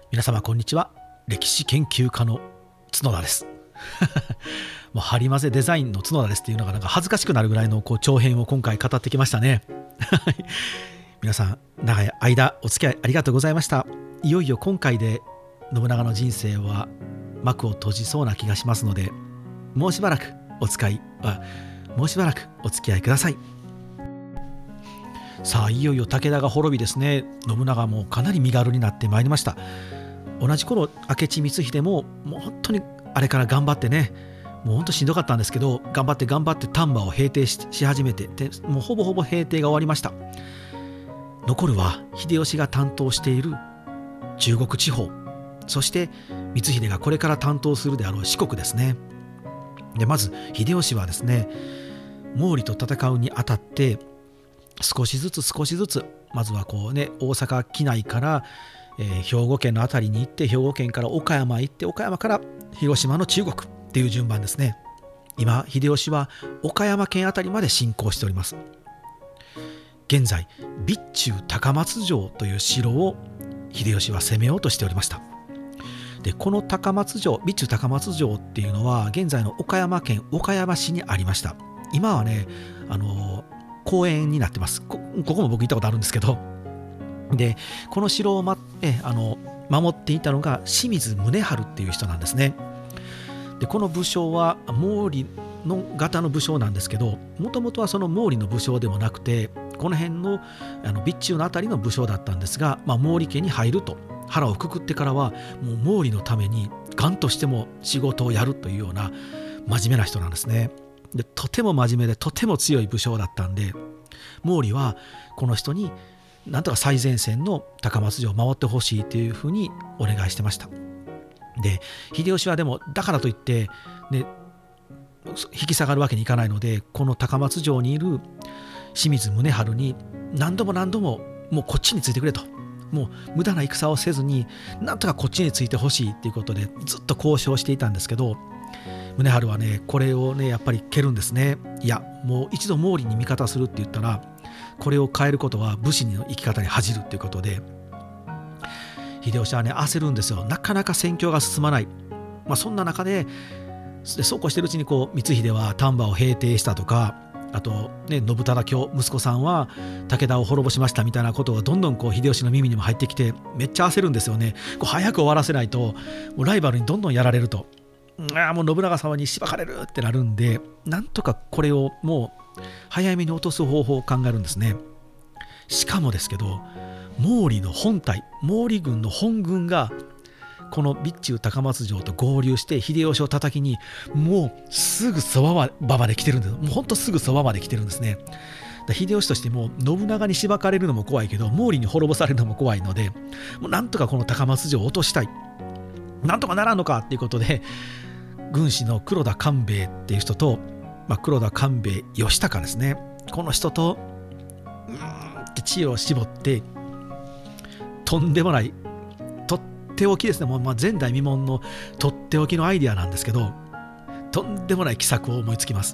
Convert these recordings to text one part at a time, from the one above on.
皆様こんにちは。歴史研究家の角田ですもうハリマゼデザインの角田ですっていうのがなんか恥ずかしくなるぐらいの長編を今回語ってきましたね皆さん長い間お付き合いありがとうございました。いよいよ今回で信長の人生は幕を閉じそうな気がしますので、もうしばらくお付き合いください。さあいよいよ武田が滅びですね、信長もかなり身軽になってまいりました。同じ頃明智光秀ももう本当にあれから頑張ってね、もう本当しんどかったんですけど、頑張って丹波を平定 し始めて、でもうほぼほぼ平定が終わりました。残るは秀吉が担当している中国地方、そして光秀がこれから担当するであろう四国ですね。でまず秀吉はですね、毛利と戦うにあたって少しずつまずは大阪畿内から、兵庫県のあたりに行って、兵庫県から岡山行って、岡山から広島の中国っていう順番ですね。今秀吉は岡山県あたりまで進行しております。現在備中高松城という城を秀吉は攻めようとしておりました。でこの備中高松城っていうのは現在の岡山県岡山市にありました。今はね公園になってます。ここも僕行ったことあるんですけど、でこの城を守っていたのが清水宗春っていう人なんですね。でこの武将は毛利の型の武将なんですけど、もともとはその毛利の武将でもなくて、この辺の備中のあたりの武将だったんですが、毛利家に入ると腹をくくってからはもう毛利のためにガンとしても仕事をやるというような真面目な人なんですね。でとても真面目でとても強い武将だったんで、毛利はこの人になんとか最前線の高松城を回ってほしいというふうにお願いしてました。で秀吉はでもだからといって、ね、引き下がるわけにいかないので、この高松城にいる清水宗春に何度ももうこっちについてくれと、もう無駄な戦をせずになんとかこっちについてほしいということでずっと交渉していたんですけど、宗春はねこれをねやっぱり蹴るんですね。いやもう一度毛利に味方するって言ったら、これを変えることは武士の生き方に恥じるということで、秀吉はね焦るんですよ。なかなか戦況が進まない。そんな中でそうこうしてるうちに光秀は丹波を平定したとか、あとね信忠息子さんは武田を滅ぼしましたみたいなことがどんどん秀吉の耳にも入ってきて、めっちゃ焦るんですよね。早く終わらせないともうライバルにどんどんやられると、もう信長様にしばかれるってなるんで、なんとかこれをもう早めに落とす方法を考えるんですね。しかもですけど、毛利の本隊、毛利軍の本軍がこの備中高松城と合流して秀吉を叩きにもうすぐそばまで来てるんです。もうほんとすぐそばまで来てるんですね。秀吉としても信長にしばかれるのも怖いけど、毛利に滅ぼされるのも怖いので、もうなんとかこの高松城を落としたい、なんとかならんのかっていうことで、軍師の黒田官兵衛っていう人と、黒田官兵衛義高ですね、この人と知恵を絞って、とんでもないとっておきですね、もう前代未聞のとっておきのアイデアなんですけど、とんでもない奇策を思いつきます。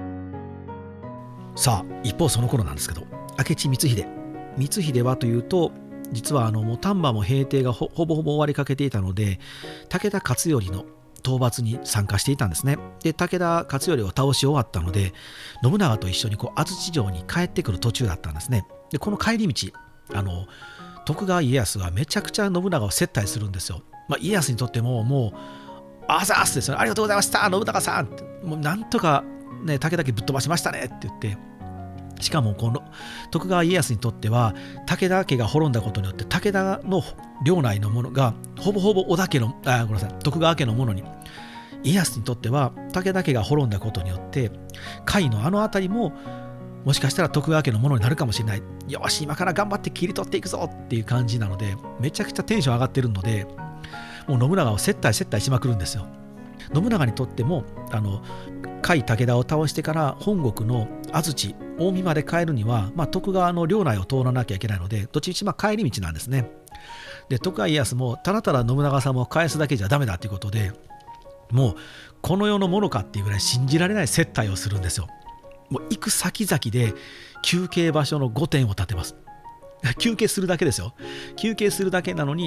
さあ一方その頃なんですけど、明智光秀はというと、実はもう丹波も平定がほぼ終わりかけていたので、武田勝頼の討伐に参加していたんですね。で武田勝頼を倒し終わったので、信長と一緒に安土城に帰ってくる途中だったんですね。でこの帰り道、徳川家康はめちゃくちゃ信長を接待するんですよ。家康にとってももうあざーすですよね。ありがとうございました信長さんって、もうなんとかね武田家ぶっ飛ばしましたねって言って、しかもこの徳川家康にとっては武田家が滅んだことによって、武田の領内のものがほぼほぼ徳川家のものに、家康にとっては武田家が滅んだことによって甲斐の辺りももしかしたら徳川家のものになるかもしれない、よし今から頑張って切り取っていくぞっていう感じなので、めちゃくちゃテンション上がってるので、もう信長を接待しまくるんですよ。信長にとっても甲斐武田を倒してから本国の安土近江まで帰るには、徳川の領内を通らなきゃいけないので、どっちみち帰り道なんですね。で徳川家康もただただ信長様を返すだけじゃダメだということで、もうこの世のものかっていうぐらい信じられない接待をするんですよ。もう行く先々で休憩場所の御殿を建てます。休憩するだけですよ。休憩するだけなのに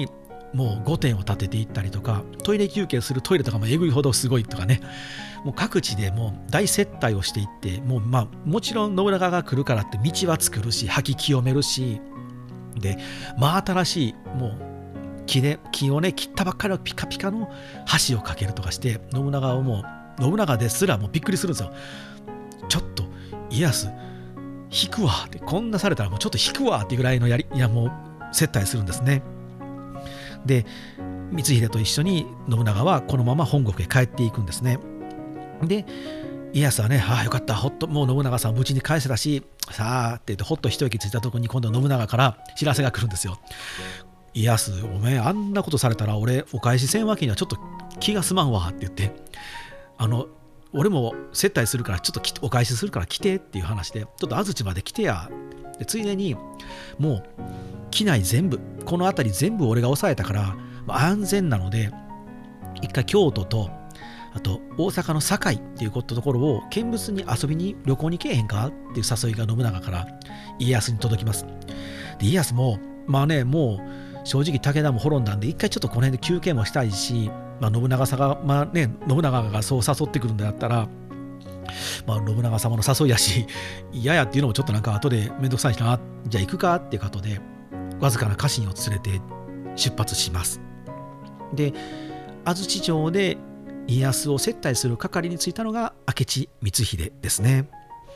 もう御殿を建てていったりとか、トイレ休憩するトイレとかもえぐいほどすごいとかね、もう各地でもう大接待をしていって、もうもちろん信長が来るからって道は作るし、掃き清めるしで、新しいもう木をね切ったばっかりのピカピカの橋を架けるとかして、信長ですらもうびっくりするんですよ。ちょっと家康引くわって、こんなされたらもうちょっと引くわっていうぐらいのもう接待するんですね。で光秀と一緒に信長はこのまま本国へ帰っていくんですね。で家康はね、よかった、もう信長さんを無事に返せたしさあって言ってほっと一息ついたところに、今度信長から知らせが来るんですよ。家康、お前あんなことされたら俺お返しせんわけにはちょっと気が済まんわって言って、俺も接待するからちょっとお返しするから来てっていう話で、ちょっと安土まで来てやで、ついでにもう機内全部この辺り全部俺が抑えたから安全なので、一回京都とあと大阪の堺っていうところを見物に遊びに旅行に来えへんかっていう誘いが信長から家康に届きます。で家康ももう正直武田も滅んだんで、一回ちょっとこの辺で休憩もしたいし、信長がそう誘ってくるんだったら、信長様の誘いやし嫌やっていうのもちょっとなんか後でめんどくさいしな、じゃあ行くかっていうことでわずかな家臣を連れて出発します。で安土城で家康を接待する係に就いたのが明智光秀ですね。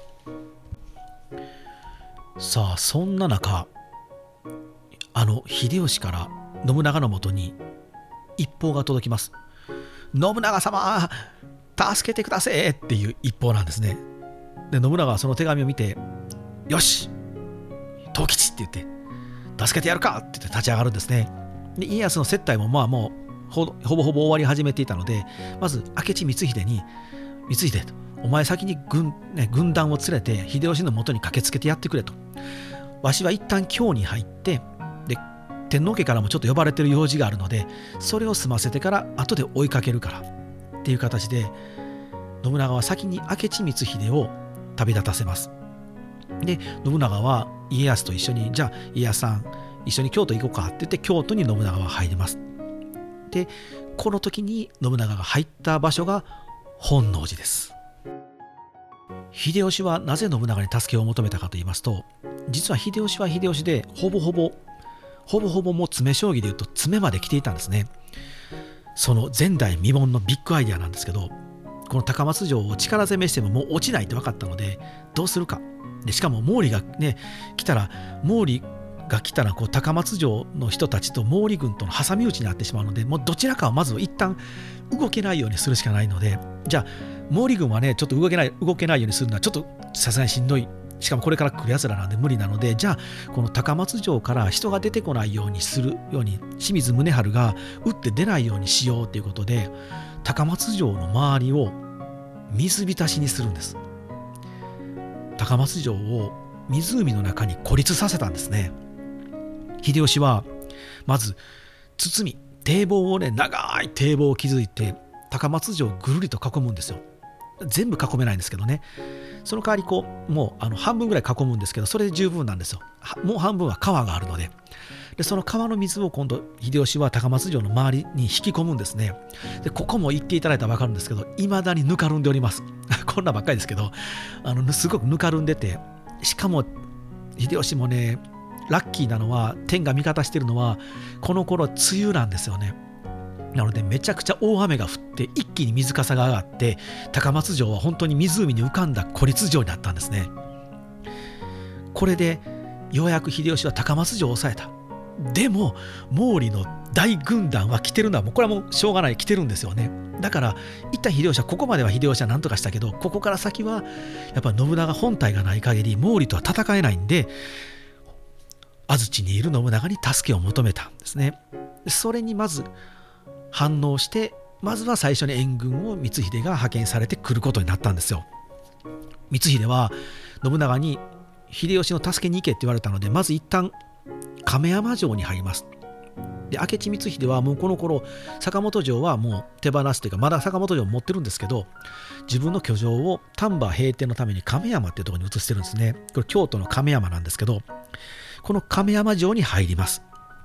さあそんな中、秀吉から信長のもとに一報が届きます。信長様助けてくださいっていう一報なんですね。で信長はその手紙を見て、よし藤吉って言って助けてやるかって言って立ち上がるんですね。で家康の接待ももうほぼほぼ終わり始めていたので、まず明智光秀に、光秀とお前先に軍団を連れて秀吉のもとに駆けつけてやってくれと、わしは一旦京に入って、で天皇家からもちょっと呼ばれてる用事があるので、それを済ませてから後で追いかけるからっていう形で、信長は先に明智光秀を旅立たせます。で信長は家康と一緒に、じゃあ家康さん一緒に京都行こうかって言って京都に信長は入ります。でこの時に信長が入った場所が本能寺です。秀吉はなぜ信長に助けを求めたかと言いますと、実は秀吉は秀吉でほぼほぼもう詰将棋でいうと詰まで来ていたんですね。その前代未聞のビッグアイデアなんですけど、この高松城を力攻めしてももう落ちないって分かったので、どうするかで、しかも毛利が来たら高松城の人たちと毛利軍との挟み撃ちになってしまうので、もうどちらかはまず一旦動けないようにするしかないので、じゃあ毛利軍はちょっと動けないようにするのはちょっとさすがにしんどい、しかもこれから来るやつらなんで無理なので、じゃあこの高松城から人が出てこないようにするように清水宗春が撃って出ないようにしようということで、高松城の周りを水浸しにするんです。高松城を湖の中に孤立させたんですね。秀吉はまず堤防を長い堤防を築いて高松城をぐるりと囲むんですよ。全部囲めないんですけどね、その代わりもう半分ぐらい囲むんですけど、それで十分なんですよ。もう半分は川があるので、その川の水を今度秀吉は高松城の周りに引き込むんですね。でここも言っていただいたら分かるんですけど、いまだにぬかるんでおりますこんなばっかりですけど、すごくぬかるんでて、しかも秀吉もラッキーなのは、天が味方してるのはこの頃梅雨なんですよね。なのでめちゃくちゃ大雨が降って一気に水かさが上がって、高松城は本当に湖に浮かんだ孤立城になったんですね。これでようやく秀吉は高松城を抑えた。でも毛利の大軍団は来てるのはこれはもうしょうがない、来てるんですよね。だから一旦秀吉はここまでは何とかしたけど、ここから先はやっぱ信長本体がない限り毛利とは戦えないんで、安土にいる信長に助けを求めたんですね。それにまず反応して、まずは最初に援軍を光秀が派遣されてくることになったんですよ。光秀は信長に秀吉の助けに行けって言われたので、まず一旦亀山城に入ります。で明智光秀はもうこの頃坂本城はもう手放すというか、まだ坂本城を持ってるんですけど、自分の居城を丹波平定のために亀山っていうところに移してるんですね。これ京都の亀山なんですけど、この亀山城に入ります。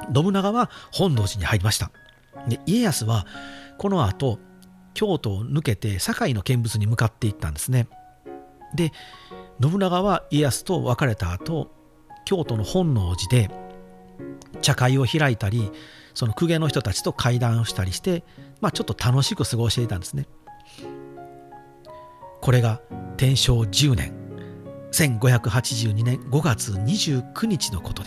信長は本能寺に入りました。で家康はこの後京都を抜けて堺の見物に向かっていったんですね。で信長は家康と別れた後、京都の本能寺で茶会を開いたり、その公家の人たちと会談をしたりして、ちょっと楽しく過ごしていたんですね。これが天正10年1582年5月29日のことです。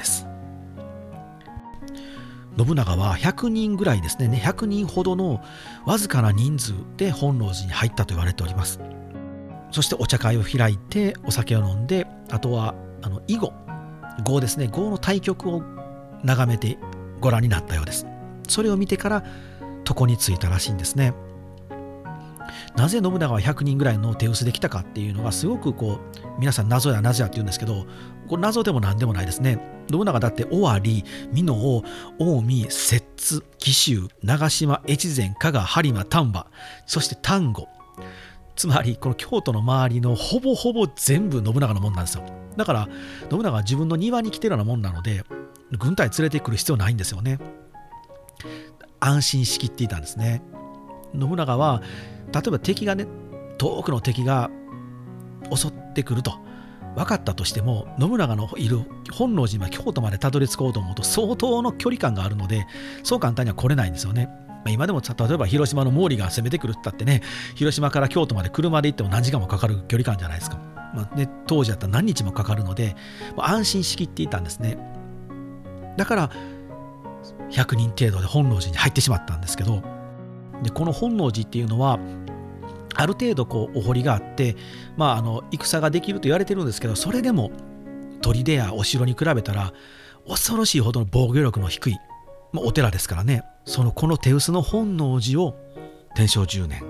信長は100人ぐらいですね、100人ほどのわずかな人数で本能寺に入ったと言われております。そしてお茶会を開いてお酒を飲んで、あとは囲碁ですね、碁の対局を眺めてご覧になったようです。それを見てから床に着いたらしいんですね。なぜ信長は100人ぐらいの手薄で来たかっていうのがすごく皆さん謎やって言うんですけど、これ謎でも何でもないですね。信長だって尾張、美濃、近江、摂津、紀州、長島、越前、加賀、播磨、丹波、そして丹後、つまりこの京都の周りのほぼほぼ全部信長のもんなんですよ。だから信長は自分の庭に来てるようなもんなので、軍隊連れてくる必要ないんですよね。安心しきっていたんですね。信長は例えば敵がね、遠くの敵が襲ってくると分かったとしても、信長のいる本能寺、京都までたどり着こうと思うと相当の距離感があるので、そう簡単には来れないんですよね。今でも例えば広島の毛利が攻めてくるって言ったってね、広島から京都まで車で行っても何時間もかかる距離感じゃないですか。当時だったら何日もかかるので、安心しきっていたんですね。だから100人程度で本能寺に入ってしまったんですけど、でこの本能寺っていうのはある程度お堀があって、戦ができると言われてるんですけど、それでも砦やお城に比べたら恐ろしいほどの防御力の低い、お寺ですからね。この手薄の本能寺を天正10年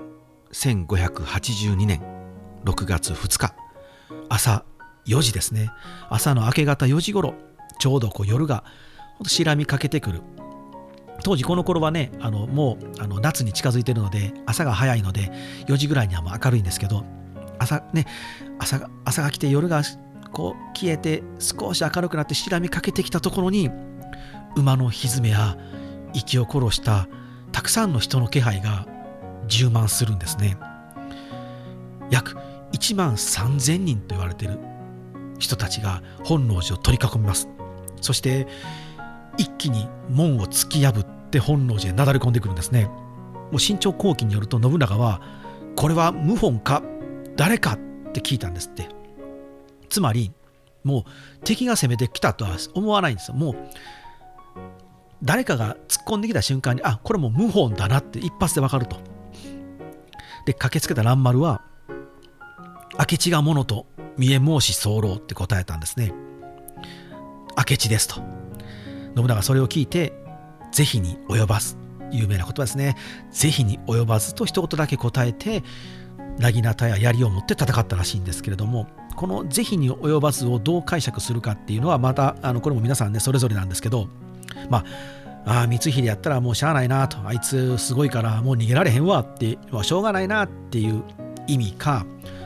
1582年6月2日朝4時ですね、朝の明け方4時頃、ちょうど夜が白みかけてくる。当時この頃はね、もう夏に近づいているので朝が早いので4時ぐらいにはもう明るいんですけど、朝が来て夜が消えて少し明るくなって白みかけてきたところに、馬のひづめや息を殺したたくさんの人の気配が充満するんですね。約1万3000人と言われている人たちが本能寺を取り囲みます。そして一気に門を突き破って本能寺へなだれ込んでくるんですね。もう新朝後期によると、信長はこれは謀反か誰かって聞いたんですって。つまりもう敵が攻めてきたとは思わないんですよ。もう誰かが突っ込んできた瞬間に、これもう謀反だなって一発で分かると。で駆けつけた蘭丸は、明智がものと見え申し候って答えたんですね。明智ですと。信長それを聞いて、是非に及ばず、有名な言葉ですね。是非に及ばずと一言だけ答えて、薙刀や槍を持って戦ったらしいんですけれども、この是非に及ばずをどう解釈するかっていうのはまたこれも皆さんねそれぞれなんですけど、光秀やったらもうしゃあないなと、あいつすごいからもう逃げられへんわってしょうがないなっていう意味か、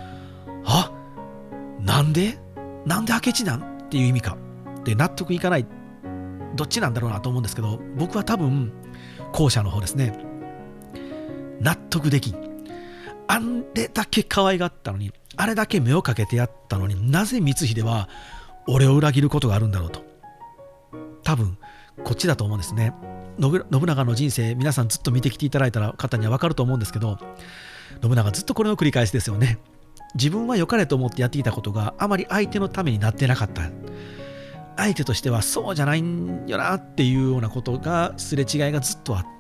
なんで明智なんっていう意味かで納得いかない、どっちなんだろうなと思うんですけど、僕は多分後者の方ですね。納得できん。あれだけ可愛がったのに、あれだけ目をかけてやったのに、なぜ光秀は俺を裏切ることがあるんだろうと。多分こっちだと思うんですね。信長の人生、皆さんずっと見てきていただいた方には分かると思うんですけど、信長ずっとこれの繰り返しですよね。自分は良かれと思ってやっていたことがあまり相手のためになってなかった。相手としてはそうじゃないんよなっていうようなことが、すれ違いがずっとあって、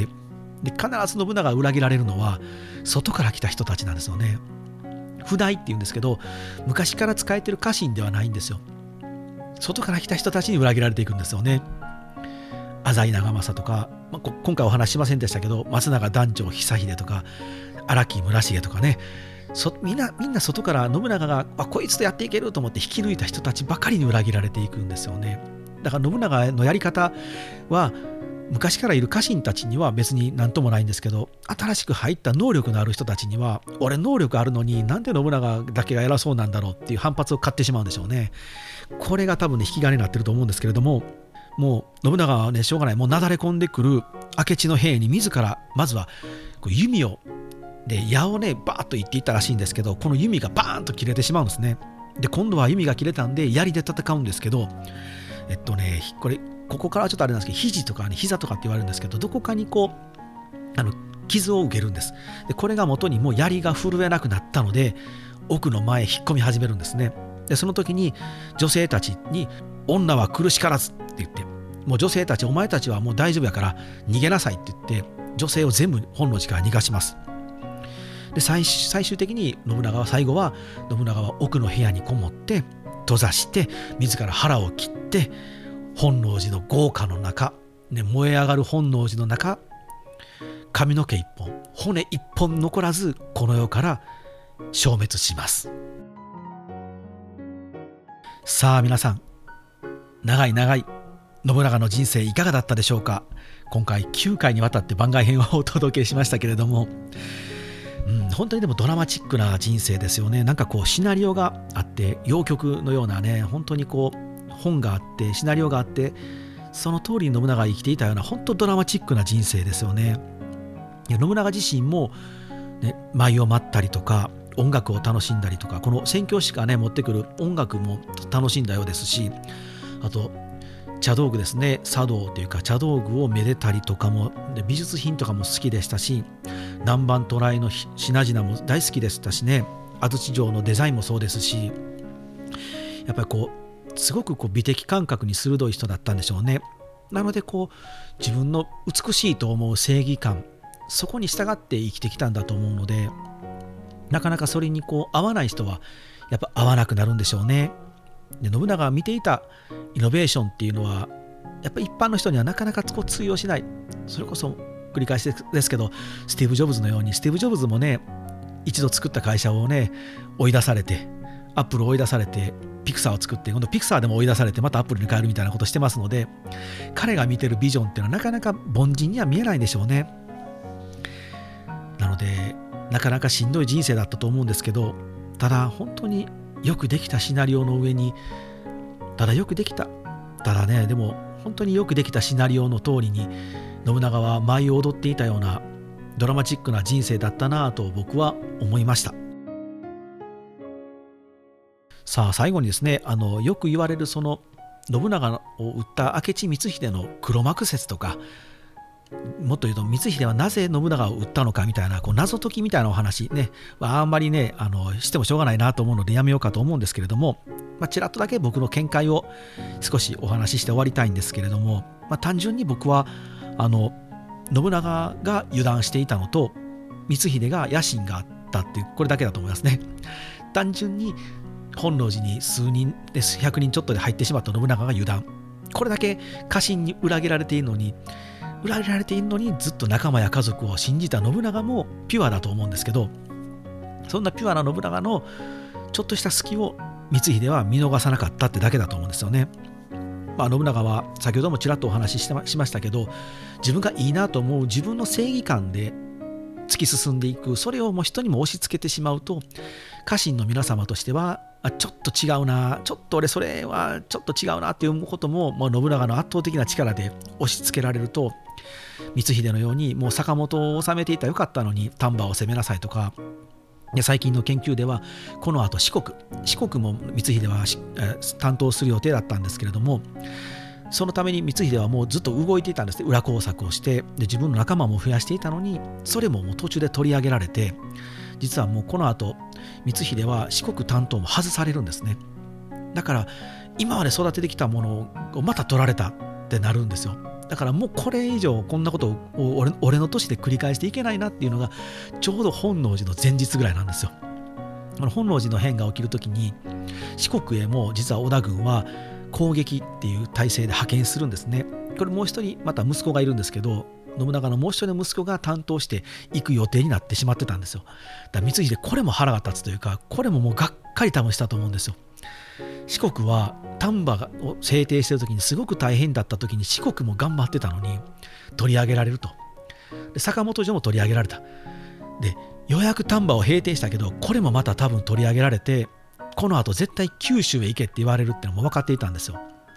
で必ず信長が裏切られるのは外から来た人たちなんですよね。譜代っていうんですけど、昔から使えてる家臣ではないんですよ。外から来た人たちに裏切られていくんですよね。浅井長政とか、今回お話ししませんでしたけど、松永団長久秀とか荒木村重とかね、みんな外から信長がこいつとやっていけると思って引き抜いた人たちばかりに裏切られていくんですよね。だから信長のやり方は昔からいる家臣たちには別に何ともないんですけど、新しく入った能力のある人たちには、俺能力あるのになんで信長だけが偉そうなんだろうっていう反発を買ってしまうんでしょうね。これが多分ね引き金になってると思うんですけれども、 もう信長はねしょうがない、もうなだれ込んでくる明智の兵に自らまずはこう弓をで矢をねバーッと言っていったらしいんですけど、この弓がバーンと切れてしまうんですね。で今度は弓が切れたんで槍で戦うんですけど、ここからはちょっとあれなんですけど、肘とかね膝とかって言われるんですけど、どこかにこう傷を受けるんです。でこれが元にもう槍が震えなくなったので奥の前へ引っ込み始めるんですね。でその時に女性たちに女は苦しからずって言って、もう女性たちお前たちはもう大丈夫やから逃げなさいって言って女性を全部本能寺から逃がします。で最終的に最後は信長は奥の部屋にこもって閉ざして自ら腹を切って本能寺の壕下の中、ね、燃え上がる本能寺の中、髪の毛一本骨一本残らずこの世から消滅します。さあ皆さん、長い信長の人生いかがだったでしょうか。今回9回にわたって番外編をお届けしましたけれども、本当にでもドラマチックな人生ですよね。なんかこうシナリオがあって謡曲のようなね、本当にこう本があってシナリオがあってその通りに信長が生きていたような本当ドラマチックな人生ですよね。信長自身も、ね、舞を舞ったりとか音楽を楽しんだりとか、この宣教師がね持ってくる音楽も楽しんだようですし、あと茶道具ですね、茶道というか茶道具をめでたりとかも、で美術品とかも好きでしたし、南蛮渡来の品々も大好きでしたしね、安土城のデザインもそうですし、やっぱりこうすごくこう美的感覚に鋭い人だったんでしょうね。なのでこう自分の美しいと思う正義感、そこに従って生きてきたんだと思うので、なかなかそれにこう合わない人はやっぱ合わなくなるんでしょうね。で信長が見ていたイノベーションっていうのはやっぱり一般の人にはなかなかこう通用しない。それこそ繰り返しですけどスティーブ・ジョブズのように、スティーブ・ジョブズもね一度作った会社をね追い出されて、アップルを追い出されてピクサーを作って、今度ピクサーでも追い出されてまたアップルに変えるみたいなことしてますので、彼が見てるビジョンっていうのはなかなか凡人には見えないんでしょうね。なのでなかなかしんどい人生だったと思うんですけど、ただ本当によくできたシナリオの上にただね、でも本当によくできたシナリオの通りに信長は舞を踊っていたようなドラマチックな人生だったなと僕は思いました。さあ最後にですね、よく言われるその信長を討った明智光秀の黒幕説とか、もっと言うと光秀はなぜ信長を討ったのかみたいなこう謎解きみたいなお話ね、あんまりねしてもしょうがないなと思うのでやめようかと思うんですけれども、ちらっとだけ僕の見解を少しお話しして終わりたいんですけれども、単純に僕は信長が油断していたのと光秀が野心があったっていう、これだけだと思いますね。単純に本能寺に数人で100人ちょっとで入ってしまった信長が油断、これだけ家臣に裏切られているのにずっと仲間や家族を信じた信長もピュアだと思うんですけど、そんなピュアな信長のちょっとした隙を光秀は見逃さなかったってだけだと思うんですよね。信長は先ほどもちらっとお話ししましたけど、自分がいいなと思う自分の正義感で突き進んでいく、それをもう人にも押し付けてしまうと、家臣の皆様としてはちょっと違うな、ちょっと俺それはちょっと違うなっていうことも、信長の圧倒的な力で押し付けられると、光秀のようにもう坂本を治めていたらよかったのに丹波を攻めなさいとか、最近の研究ではこの後四国も光秀は担当する予定だったんですけれども、そのために光秀はもうずっと動いていたんですね。裏工作をして、で自分の仲間も増やしていたのに、それももう途中で取り上げられて、実はもうこの後光秀は四国担当も外されるんですね。だから今まで育ててきたものをまた取られたってなるんですよ。だからもうこれ以上こんなことを俺の年で繰り返していけないなっていうのがちょうど本能寺の前日ぐらいなんですよ。本能寺の変が起きるときに四国へも実は織田軍は攻撃っていう体制で派遣するんですね。これもう一人また息子がいるんですけど、信長のもう一人の息子が担当して行く予定になってしまってたんですよ。だから光秀これも腹が立つというか、これももうがっかり多分したと思うんですよ。四国は丹波を制定してる時にすごく大変だった時に四国も頑張ってたのに取り上げられると。で坂本城も取り上げられた。でようやく丹波を平定したけど、これもまた多分取り上げられて、この後絶対九州へ行けって言われるってのも分かっていたんですよ。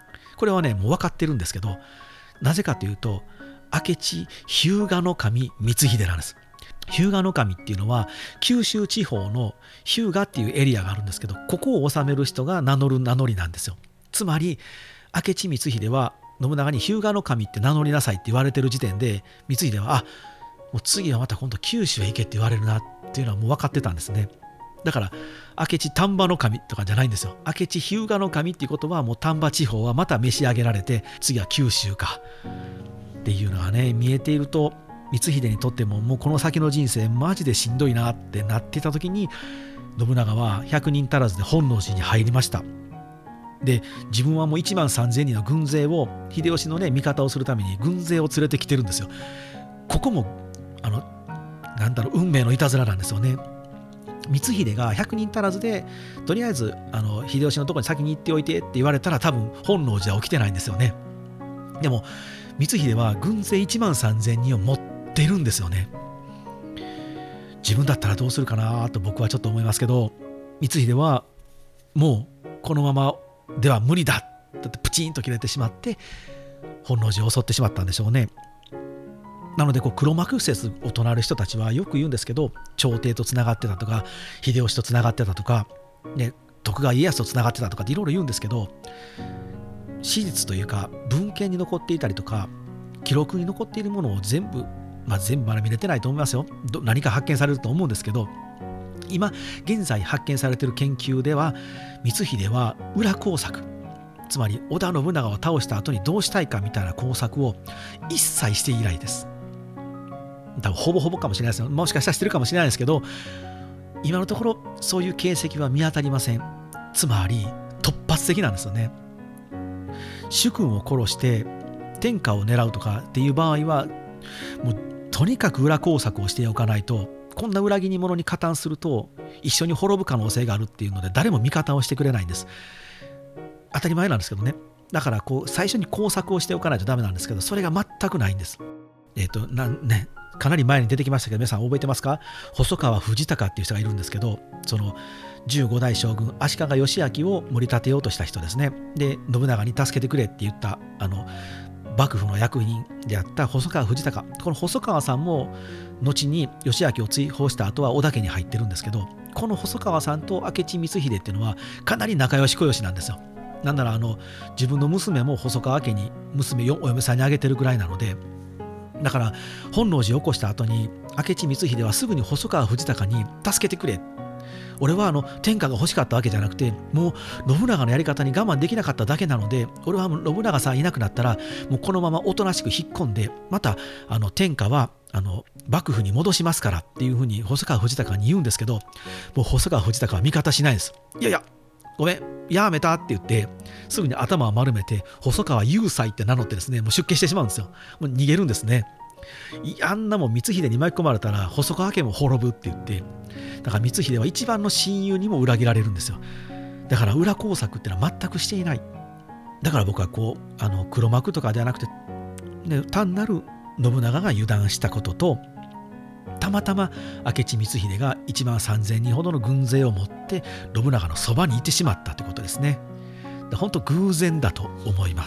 これはねもう分かってるんですけど、なぜかというと明智日向守光秀なんです。日向守っていうのは九州地方の日向っていうエリアがあるんですけど、ここを治める人が名乗る名乗りなんですよ。つまり明智光秀は信長に日向守って名乗りなさいって言われてる時点で、光秀はもう次はまた今度九州へ行けって言われるなっていうのはもう分かってたんですね。だから明智丹波守とかじゃないんですよ。明智日向守っていうことはもう丹波地方はまた召し上げられて、次は九州かっていうのがね見えていると、光秀にとってももうこの先の人生マジでしんどいなってなっていた時に、信長は100人足らずで本能寺に入りました。で自分はもう1万3000人の軍勢を、秀吉のね味方をするために軍勢を連れてきてるんですよ。ここも運命のいたずらなんですよね。光秀が100人足らずでとりあえず秀吉のところに先に行っておいてって言われたら、多分本能寺は起きてないんですよね。でも光秀は軍勢1万3000人を持ってるんですよね。自分だったらどうするかなと僕はちょっと思いますけど、光秀はもうこのままでは無理だってプチンと切れてしまって本能寺を襲ってしまったんでしょうね。なので黒幕説を唱える人たちはよく言うんですけど、朝廷とつながってたとか秀吉とつながってたとか、ね、徳川家康とつながってたとかっていろいろ言うんですけど、史実というか文献に残っていたりとか記録に残っているものを全部まだ見れてないと思いますよ。何か発見されると思うんですけど、今現在発見されている研究では光秀は裏工作、つまり織田信長を倒した後にどうしたいかみたいな工作を一切していないです。多分ほぼほぼかもしれないですよ。もしかしたらしてるかもしれないですけど、今のところそういう形跡は見当たりません。つまり突発的なんですよね。主君を殺して天下を狙うとかっていう場合はもうとにかく裏工作をしておかないと、こんな裏切り者に加担すると一緒に滅ぶ可能性があるっていうので誰も味方をしてくれないんです。当たり前なんですけどね。だから最初に工作をしておかないとダメなんですけど、それが全くないんです。かなり前に出てきましたけど、皆さん覚えてますか？細川藤孝っていう人がいるんですけど、その15代将軍足利義昭を盛り立てようとした人ですね。で信長に助けてくれって言った幕府の役人であった細川藤孝、この細川さんも後に義昭を追放した後は織田家に入ってるんですけど、この細川さんと明智光秀っていうのはかなり仲良し小良しなんですよ。なんなら自分の娘も細川家に娘をお嫁さんにあげてるぐらいなので、だから本能寺を起こした後に明智光秀はすぐに細川藤孝に助けてくれ、俺は天下が欲しかったわけじゃなくて、もう信長のやり方に我慢できなかっただけなので、俺は信長さんいなくなったらもうこのままおとなしく引っ込んで、また天下は幕府に戻しますからっていうふうに細川藤孝に言うんですけど、もう細川藤孝は味方しないんです。いやいやごめんやめたって言ってすぐに頭を丸めて細川雄斎って名乗ってですね、もう出家してしまうんですよ。もう逃げるんですね。あんなもん光秀に巻き込まれたら細川家も滅ぶって言って、だから光秀は一番の親友にも裏切られるんですよ。だから裏工作ってのは全くしていない。だから僕は黒幕とかではなくて、単なる信長が油断したことと、たまたま明智光秀が1万3000人ほどの軍勢を持って信長のそばにいてしまったということですね。本当偶然だと思います。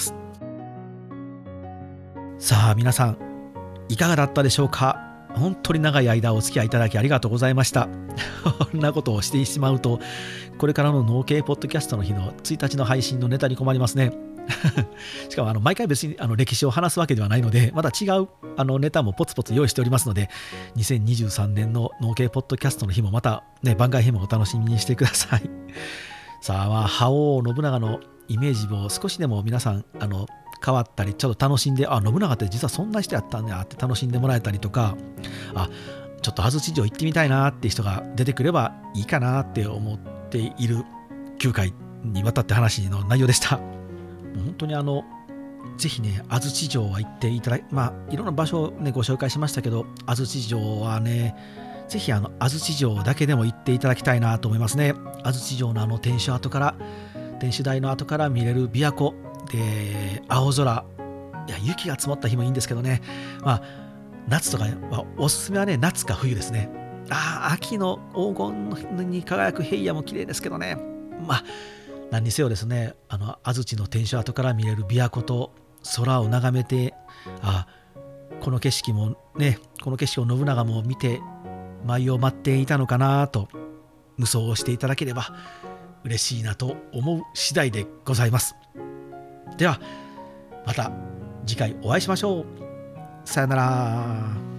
さあ皆さんいかがだったでしょうか。本当に長い間お付き合いいただきありがとうございました。こんなことをしてしまうと、これからの農系ポッドキャストの日の1日の配信のネタに困りますね。しかも毎回別に歴史を話すわけではないので、また違うネタもポツポツ用意しておりますので、2023年の農系ポッドキャストの日もまた、番外編もお楽しみにしてください。さあ、覇王信長のイメージを少しでも皆さん変わったり、ちょっと楽しんで、信長って実はそんな人やったんだって楽しんでもらえたりとか、ちょっと安土城行ってみたいなって人が出てくればいいかなって思っている9回にわたって話の内容でした。本当にぜひね、安土城は行っていただいて、いろんな場所をねご紹介しましたけど、安土城はね、ぜひ安土城だけでも行っていただきたいなと思いますね。安土城の天守台の後から見れる琵琶湖で青空、雪が積もった日もいいんですけどね、夏とか、おすすめはね夏か冬ですね。秋の黄金に輝く平野も綺麗ですけどね、 何にせよですね、安土の天守跡から見れる琵琶湖と空を眺めて、この景色もね、この景色を信長も見て舞を待っていたのかなと無双をしていただければ嬉しいなと思う次第でございます。ではまた次回お会いしましょう。さよなら。